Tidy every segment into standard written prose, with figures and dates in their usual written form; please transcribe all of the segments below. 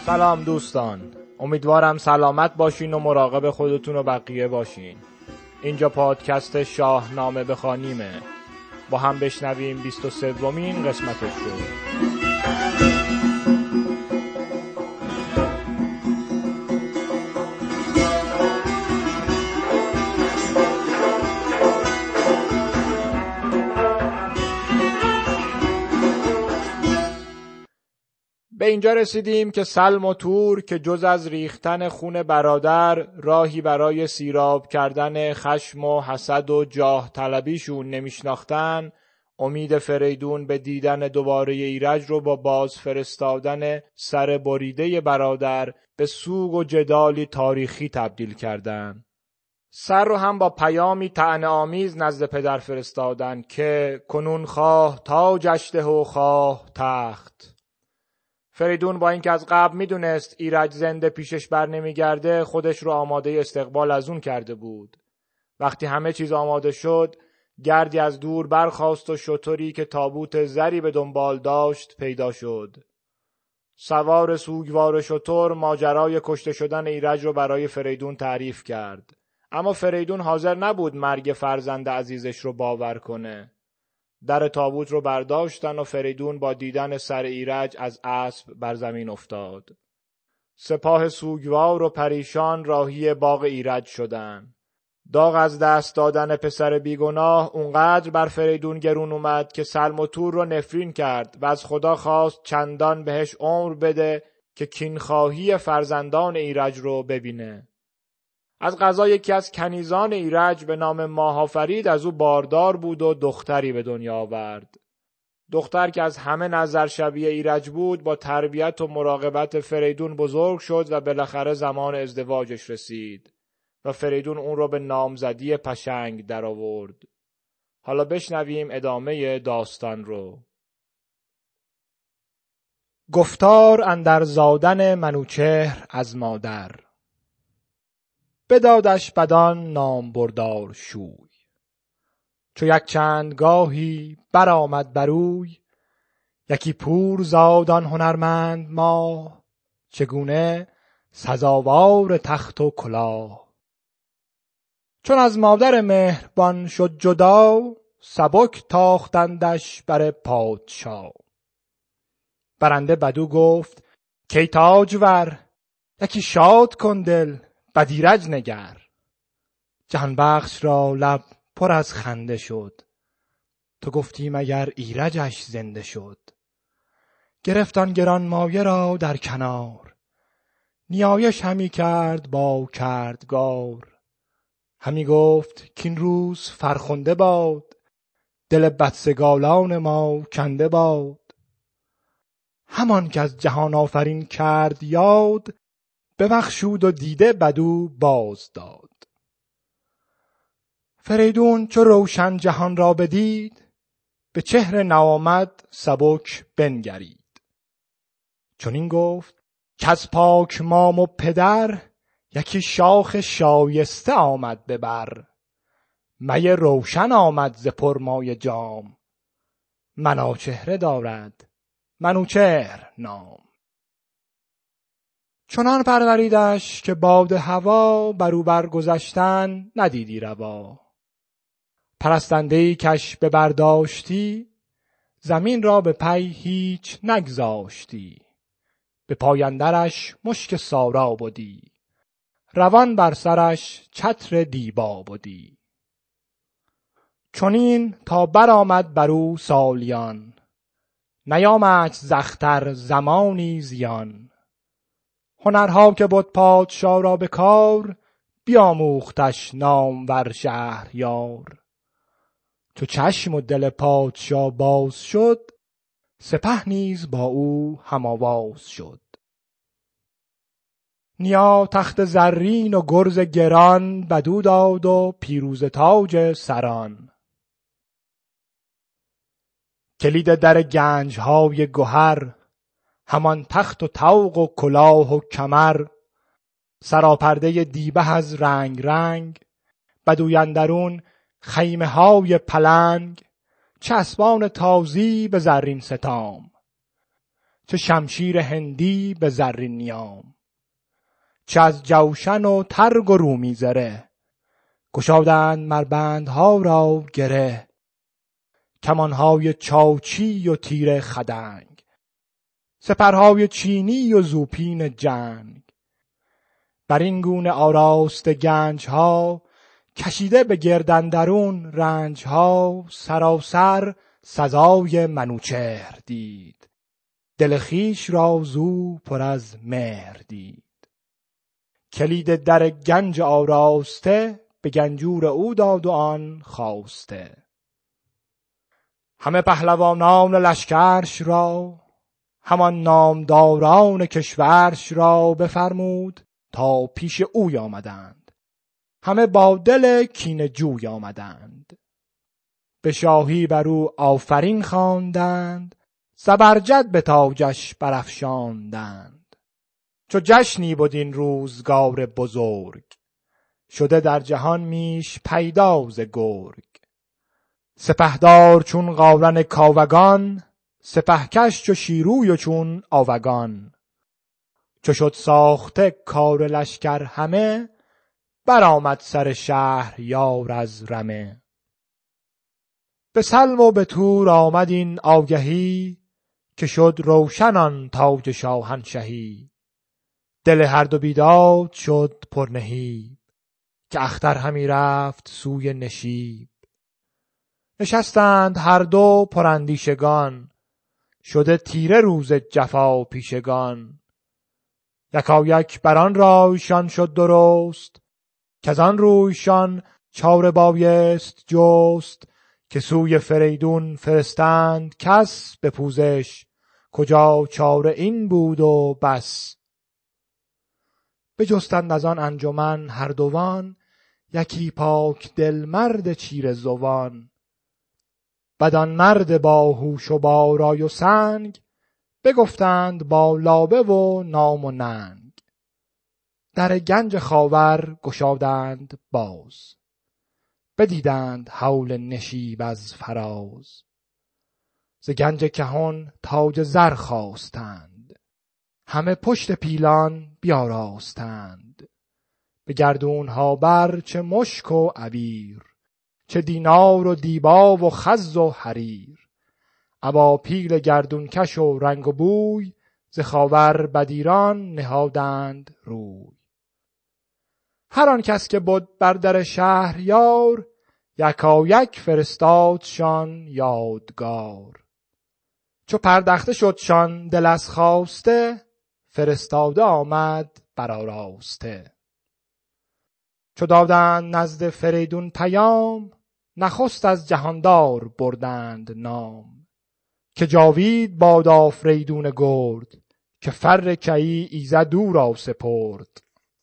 سلام دوستان، امیدوارم سلامت باشین و مراقب خودتون و بقیه باشین. اینجا پادکست شاهنامه بخوانیمه. با هم بشنویم 23مین قسمتش رو. به اینجا رسیدیم که سلم و تور که جز از ریختن خون برادر راهی برای سیراب کردن خشم و حسد و جاه طلبیشون نمیشناختن، امید فریدون به دیدن دوباره ایرج رو با باز فرستادن سر بریده برادر به سوگ و جدالی تاریخی تبدیل کردن. سر رو هم با پیامی طعنه‌آمیز نزد پدر فرستادن که کنون خواه تاجش ده و خواه تخت. فریدون با اینکه از قبل میدونست ایرج زنده پیشش بر نمیگرده، خودش رو آماده استقبال از اون کرده بود. وقتی همه چیز آماده شد، گردی از دور برخاست و شتری که تابوت زری به دنبال داشت پیدا شد. سوار سوگوار شتر ماجرای کشته شدن ایرج رو برای فریدون تعریف کرد. اما فریدون حاضر نبود مرگ فرزند عزیزش رو باور کنه. در تابوت رو برداشتن و فریدون با دیدن سر ایرج از اسب بر زمین افتاد. سپاه سوگوار و پریشان راهی باغ ایرج شدن. داغ از دست دادن پسر بیگناه اونقدر بر فریدون گرون اومد که سلم و تور رو نفرین کرد و از خدا خواست چندان بهش عمر بده که کینخواهی فرزندان ایرج رو ببینه. از قضا یکی از کنیزان ایرج به نام ماهافرید از او باردار بود و دختری به دنیا آورد. دختر که از همه نظر شبیه ایرج بود با تربیت و مراقبت فریدون بزرگ شد و بالاخره زمان ازدواجش رسید و فریدون اون رو به نامزدی پشنگ در آورد. حالا بشنویم ادامه داستان رو. گفتار اندر زادن منوچهر از مادر. بدادش بدان نام بردار شوی. چو یک چند گاهی برآمد بروی. یکی پور زاد آن هنرمند ماه. چگونه سزاوار تخت و کلاه. چون از مادر مهربان شد جدا. سبک تاختندش بر پادشاه. برنده بدو گفت کی تاجور. یکی شاد کن دل بد ایرج نگر. جهان بخش را لب پر از خنده شد. تو گفتی مگر ایرجش زنده شد. گرفت آن گرانمایه را در کنار. نیایش همی کرد با کردگار. همی گفت کین روز فرخنده باد. دل بدسگالان ما کنده باد. همان که از جهان آفرین کرد یاد. ببخشود و دیده بدو باز داد. فریدون چو روشن جهان را بدید. به چهر نوآمد سبک بنگرید. چنین گفت کز پاک مام و پدر. یکی شاخ شایسته آمد به بر. می روشن آمد ز پرمایه جام. مناچهره دارد منوچهر نام. چنان پروریدش که باد هوا. برو برگذشتن ندیدی روا. پرستنده‌ای کش ببرداشتی. زمین را به پی هیچ نگذاشتی. به پای اندرش مشک سارا بدی. روان بر سرش چتر دیبا بدی. چنین تا برآمد برو سالیان. نیامدش ز اختر زمانی زیان. هنرها که بد پادشا را به کار. بیاموختش نامور شهریار. چو چشم و دل پادشا باز شد. سپه نیز با او هم آواز شد. نیا تخت زرین و گرز گران. بدو داد و پیروزه تاج سران. کلید در گنجهای گهر. همان تخت و طوق و کلاه و کمر. سراپرده دیبه از رنگ رنگ. بدوی اندرون خیمه های پلنگ. چه اسبان تازی به زرین ستام. چه شمشیر هندی به زرین نیام. چه از جوشن و ترگ و رومی زره، گشادند مربندها را گره. کمانهای چاچی و تیر خدنگ، سپرهای چینی و زوپین جنگ. بر این گونه آراسته گنجها، کشیده به گردندرون رنجها. سراسر سزای منوچهر دید، دل خویش را زو پر از مهر دید. کلید در گنج آراسته، به گنجور او داد و آن خواسته. همه پهلوانان لشکرش را، همان نامداران کشورش را بفرمود تا پیش اوی آمدند. همه با دل کینه جوی آمدند، به شاهی بر او آفرین خواندند. زبرجد به تاجش برافشاندند. چو جشنی بود این روزگار بزرگ، شده در جهان میش پیدا ز گرگ. سپهدار چون قارن کاوگان، سپهکش چو شیروی و چون آوگان. چو شد ساخته کار لشکر همه، برآمد سر شهریار از رمه. به سلم و به تور آمد این آگهی، که شد روشن آن تاج شاهنشهی. دل هر دو بیداد شد پرنهیب، که اختر همی رفت سوی نشیب. نشستند هر دو پراندیشگان، شده تیره روز جفا پیشگان. یکایک بران رایشان شد درست، کز آن رویشان چاره بایست جست. که سوی فریدون فرستند کس، به پوزش کجا چاره این بود و بس. بجستند از آن انجمن هر دوان، یکی پاک دل مرد چیره زوان. بدان مرد با هوش و با رای و سنگ، بگفتند با لابه و نام و ننگ. در گنج خاور گشادند باز، بدیدند هول نشیب از فراز. ز گنج کهن تاج زر خواستند، همه پشت پیلان بیاراستند. به گردونها بر چه مشک و عبیر، چه دینار و دیبا و خز و حریر. ابا پیل گردونکش و رنگ و بوی، ز خاور بدیران نهادند روی. هر آن کس که بود بر در شهریار، یکایک فرستادشان یادگار. چو پردخته شدشان دل از خواسته، فرستاده آمد برآراسته. چو دادند نزد فریدون پیام، نخست از جهاندار بردند نام. که جاوید باد آفریدون گرد، که فر کیی ایزد او را سپرد.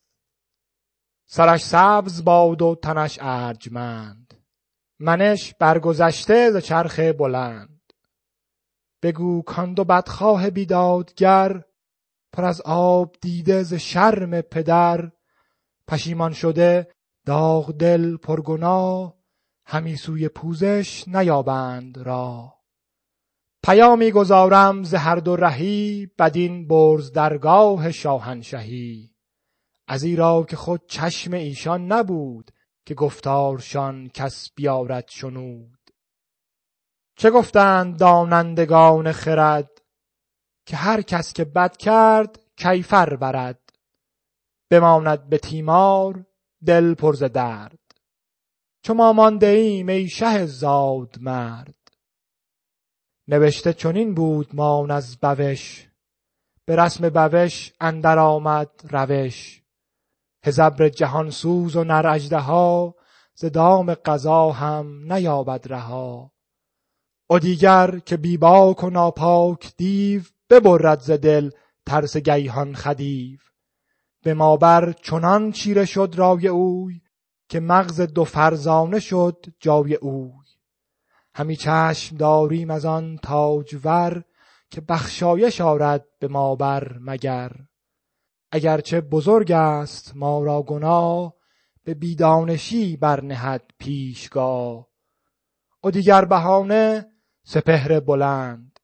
سرش سبز باد و تنش ارجمند، منش برگذشته ز چرخ بلند. بگو کان دو بدخواه بیدادگر، پر از آب دیده ز شرم پدر. پشیمان شده داغ دل پرگناه، همی سوی پوزش نیابند راه. پیامی گزارم ز هر دو رهی، بدین برز درگاه شاهنشهی. ازیرا که خود چشم ایشان نبود، که گفتارشان کس بیارد شنود. چه گفتند دانندگان خرد، که هر کس که بد کرد کیفر برد. بماند به تیمار دل پر ز درد، چو ما مانده ایم ای شه زاد مرد. نوشته چنین بود مان از بوش، به رسم بوش اندر آمد روش. هژبر جهان سوز و نر اژدها، ز دام قضا هم نیابد رها. و دیگر که بی باک و ناپاک دیو، ببرد ز دل ترس گیهان خدیو. به ما بر چنان چیره شد رای اوی، که مغز دو فرزانه شد جای اوی. همی چشم داریم از آن تاجور، که بخشایش آرد به ما بر مگر. اگرچه بزرگ است ما را گناه، به بیدانشی برنهد پیشگاه. و دیگر بهانه سپهر بلند،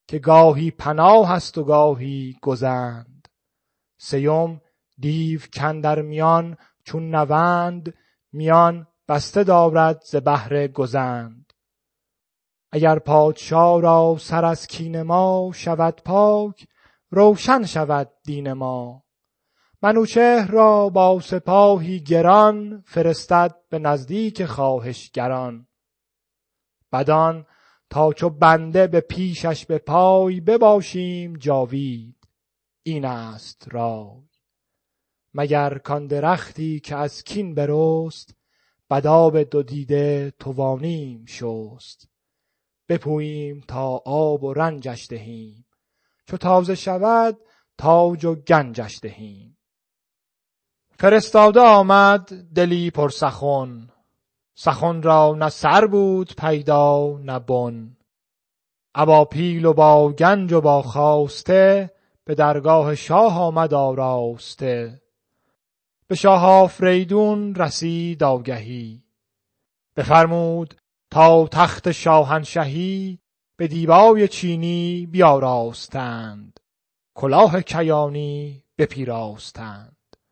که گاهی پناه است و گاهی گزند. سیم دیو کاندر میان چون نوند، میان بسته دارد ز بهر گزند. اگر پادشاه را سر از کین ما، شود پاک روشن شود دین ما. منوچهر را با سپاهی گران، فرستد به نزدیک خواهشگران. بدان تا چو بنده به پیشش به پای، بباشیم جاوید این است رای. مگر کان درختی که از کین برست، بدآب دو دیده توانیم شست. بپوییم تا آب و رنجش دهیم، چو تازه شود تاج و گنجش دهیم. فرستاده آمد دلی پر سخن، سخن را نه سر بود پیدا نه بن. ابا پیل و با گنج و با خواسته، به درگاه شاه آمد آراسته. به شاه آفریدون رسید آگهی، بفرمود تا تخت شاهنشهی، به دیبای چینی بیاراستند، کلاه کیانی بپیراستند.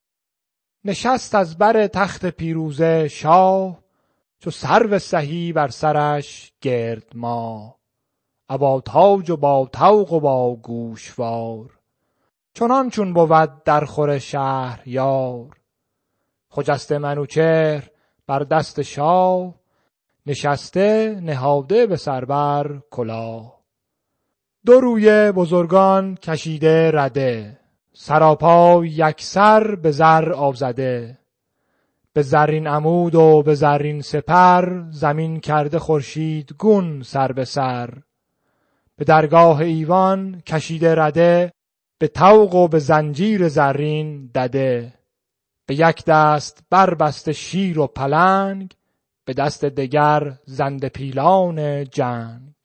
نشست از بر تخت پیروزه شاه، چو سرو سهی بر سرش گرد ماه. ابا تاج و با طوق و با گوشوار، چنان چون بود در خور شهریار. خجسته منوچهر بر دست شاه، نشسته نهاده به سر بر کلاه. دو رویه بزرگان کشیده رده، سراپای یکسر به زر آزده. به زرین عمود و به زرین سپر، زمین کرده خورشید گون سر به سر. به درگاه ایوان کشیده رده، به طوق و به زنجیر زرین دده. به یک دست بربسته شیر و پلنگ، به دست دگر زنده پیلان جنگ.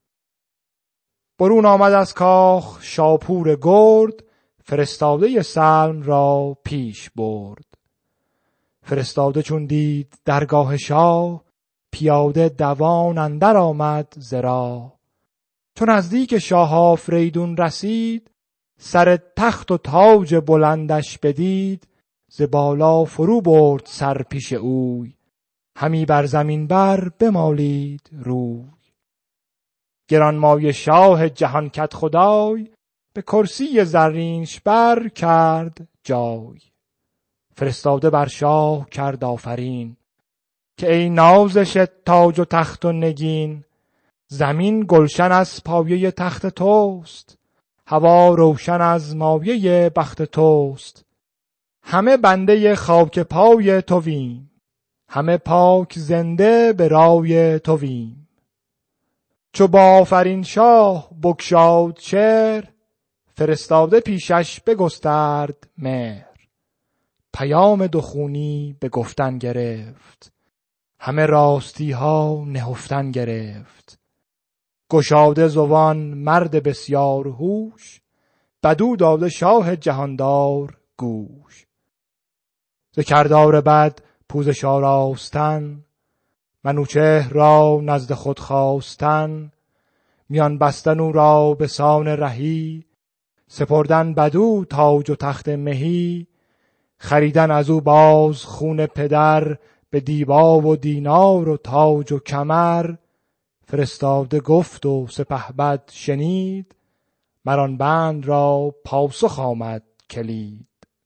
برون آمد از کاخ شاپور گرد، فرستاده سلم را پیش برد. فرستاده چون دید درگاه شاه، پیاده دوان اندر آمد ز راه. چون نزدیک شاه آفریدون رسید، سر تخت و تاج بلندش بدید. ز بالا فرو برد سر پیش اوی، همی بر زمین بر بمالید روی. گرانمایه شاه جهان کدخدای، به کرسی زرینش بر کرد جای. فرستاده بر شاه کرد آفرین، که ای نازش تاج و تخت و نگین. زمین گلشن از پایه تخت توست، هوا روشن از مایه بخت توست. همه بنده خاک پای توییم، همه پاک زنده به رای توییم. چو با آفرین شاه بگشاد چهر، فرستاده پیشش بگسترد مهر. پیام دو خونی به گفتن گرفت، همه راستی ها نهفتن گرفت. گشاده زبان مرد بسیار هوش، بدو داده شاه جهاندار گوش. ز کردار بد پوزش آراستن، منوچهر را نزد خود خواستن. میان بستن او را به سان رهی، سپردن بدو تاج و تخت مهی. خریدن از او باز خون پدر، به دیبا و دینار و تاج و کمر. فرستاده گفت و سپهبد شنید، مر آن بند را پاسخ آمد کلید.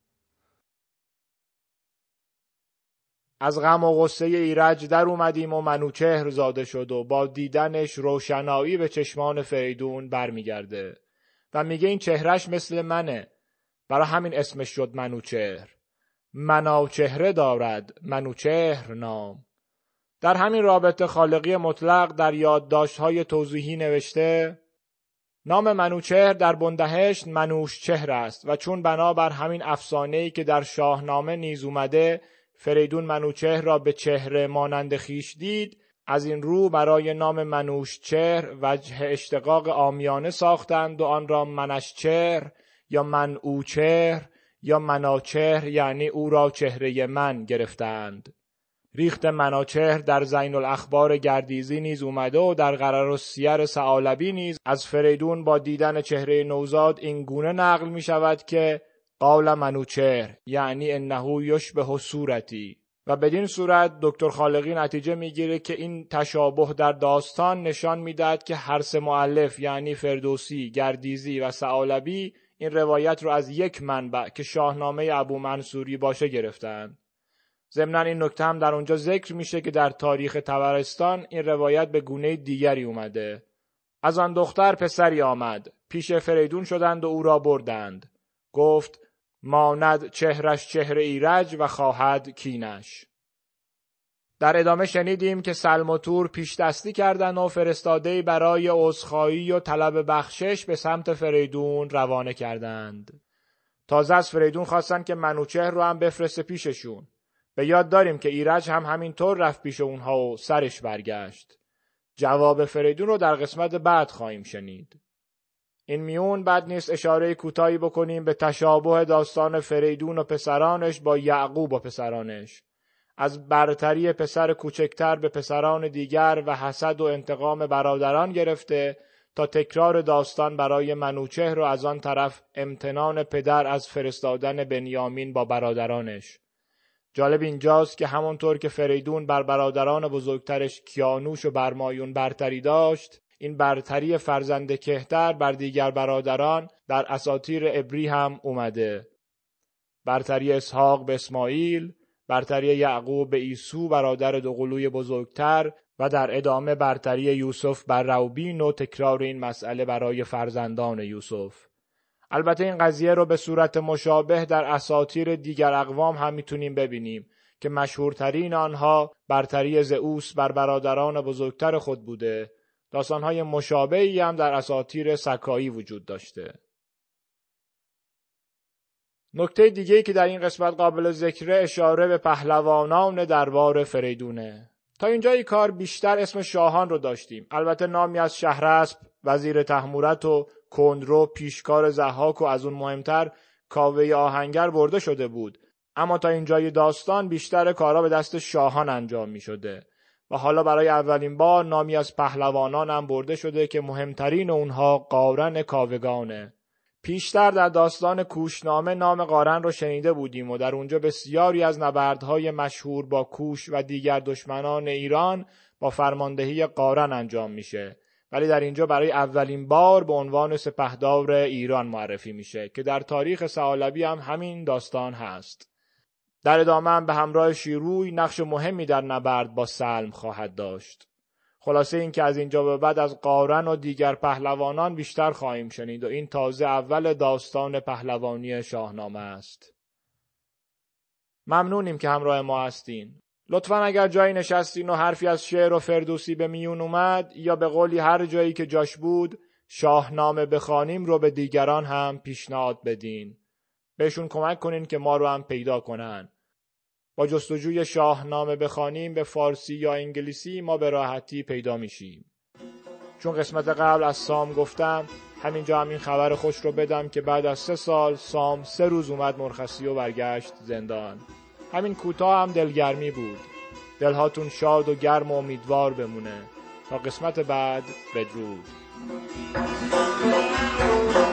از غم و غصه ایرج در اومدیم و منوچهر زاده شد و با دیدنش روشنایی به چشمان فریدون برمیگرده و میگه این چهرش مثل منه، برای همین اسمش شد منوچهر. مناچهره دارد منوچهر نام. در همین رابطه خالقی مطلق در یادداشت‌های توضیحی نوشته نام منوچهر در بندهشت منوشچهر است و چون بنابر همین افسانه‌ای که در شاهنامه نیز اومده فریدون منوچهر را به چهره مانند خیش دید، از این رو برای نام منوشچهر وجه اشتقاق عامیانه ساختند و آن را منشچهر یا منوچهر یا مناچهر یعنی او را چهره من گرفتند. ریخت منوچهر در زین الاخبار گردیزی نیز اومده و در قرارالسیر ثعالبی نیز از فریدون با دیدن چهره نوزاد این گونه نقل می شود که قال منوچهر یعنی انه یشبه صورتی. و بدین صورت دکتر خالقی نتیجه میگیره که این تشابه در داستان نشان میدهد که هر سه مؤلف یعنی فردوسی، گردیزی و ثعالبی این روایت رو از یک منبع که شاهنامه ابو منصوری باشه گرفتند. ضمناً این نکته هم در اونجا ذکر میشه که در تاریخ طبرستان این روایت به گونه دیگری اومده. از آن دختر پسری آمد، پیش فریدون شدند و او را بردند. گفت ماند چهرش چهره ایرج و خواهد کینش. در ادامه شنیدیم که سلم و تور پیش دستی کردند و فرستاده‌ای برای عذرخواهی و طلب بخشش به سمت فریدون روانه کردند. تازه از فریدون خواستن که منوچهر رو هم بفرسته پیششون. به یاد داریم که ایرج هم همینطور رفت پیش اونها و سرش برگشت. جواب فریدون رو در قسمت بعد خواهیم شنید. این میون بد نیست اشاره کوتاهی بکنیم به تشابه داستان فریدون و پسرانش با یعقوب و پسرانش. از برتری پسر کوچکتر به پسران دیگر و حسد و انتقام برادران گرفته تا تکرار داستان برای منوچهر و از آن طرف امتنان پدر از فرستادن بنیامین با برادرانش. جالب اینجاست که همونطور که فریدون بر برادران بزرگترش کیانوش و برمایون برتری داشت، این برتری فرزند کهتر بر دیگر برادران در اساطیر عبری هم اومده. برتری اسحاق به اسماعیل، برتری یعقوب به عیسو برادر دوقلوی بزرگتر و در ادامه برتری یوسف بر روبین و تکرار این مسئله برای فرزندان یوسف. البته این قضیه رو به صورت مشابه در اساطیر دیگر اقوام هم میتونیم ببینیم که مشهورترین آنها برتری زئوس بر برادران بزرگتر خود بوده. داستانهای مشابهی هم در اساطیر سکایی وجود داشته. نکته دیگه‌ای که در این قسمت قابل ذکره اشاره به پهلوانان دربار فریدونه. تا اینجای کار بیشتر اسم شاهان رو داشتیم. البته نامی از شهراسپ، وزیر طهمورث و کندرو پیشکار ضحاک و از اون مهمتر کاوه آهنگر برده شده بود. اما تا اینجای داستان بیشتر کارا به دست شاهان انجام می شده و حالا برای اولین بار نامی از پهلوانان هم برده شده که مهمترین اونها قارن کاوگانه. پیشتر در داستان کوشنامه نام قارن رو شنیده بودیم و در اونجا بسیاری از نبردهای مشهور با کوش و دیگر دشمنان ایران با فرماندهی قارن انجام میشه، ولی در اینجا برای اولین بار به عنوان سپهدار ایران معرفی میشه که در تاریخ ثعالبی هم همین داستان هست. در ادامه هم به همراه شیروی نقش مهمی در نبرد با سلم خواهد داشت. خلاصه این که از اینجا به بعد از قارن و دیگر پهلوانان بیشتر خواهیم شنید و این تازه اول داستان پهلوانی شاهنامه است. ممنونیم که همراه ما هستین. لطفاً اگر جایی نشستین و حرفی از شعر و فردوسی به میون اومد یا به قولی هر جایی که جاش بود شاهنامه بخوانیم رو به دیگران هم پیشنهاد بدین. بهشون کمک کنین که ما رو هم پیدا کنن. با جستجوی شاهنامه بخوانیم به فارسی یا انگلیسی ما به راحتی پیدا میشیم. چون قسمت قبل از سام گفتم، همینجا همین خبر خوش رو بدم که بعد از 3 سال سام 3 روز اومد مرخصی و برگشت زندان. همین کوتاه هم دلگرمی بود. دلهاتون شاد و گرم و امیدوار بمونه. تا قسمت بعد، بدرود.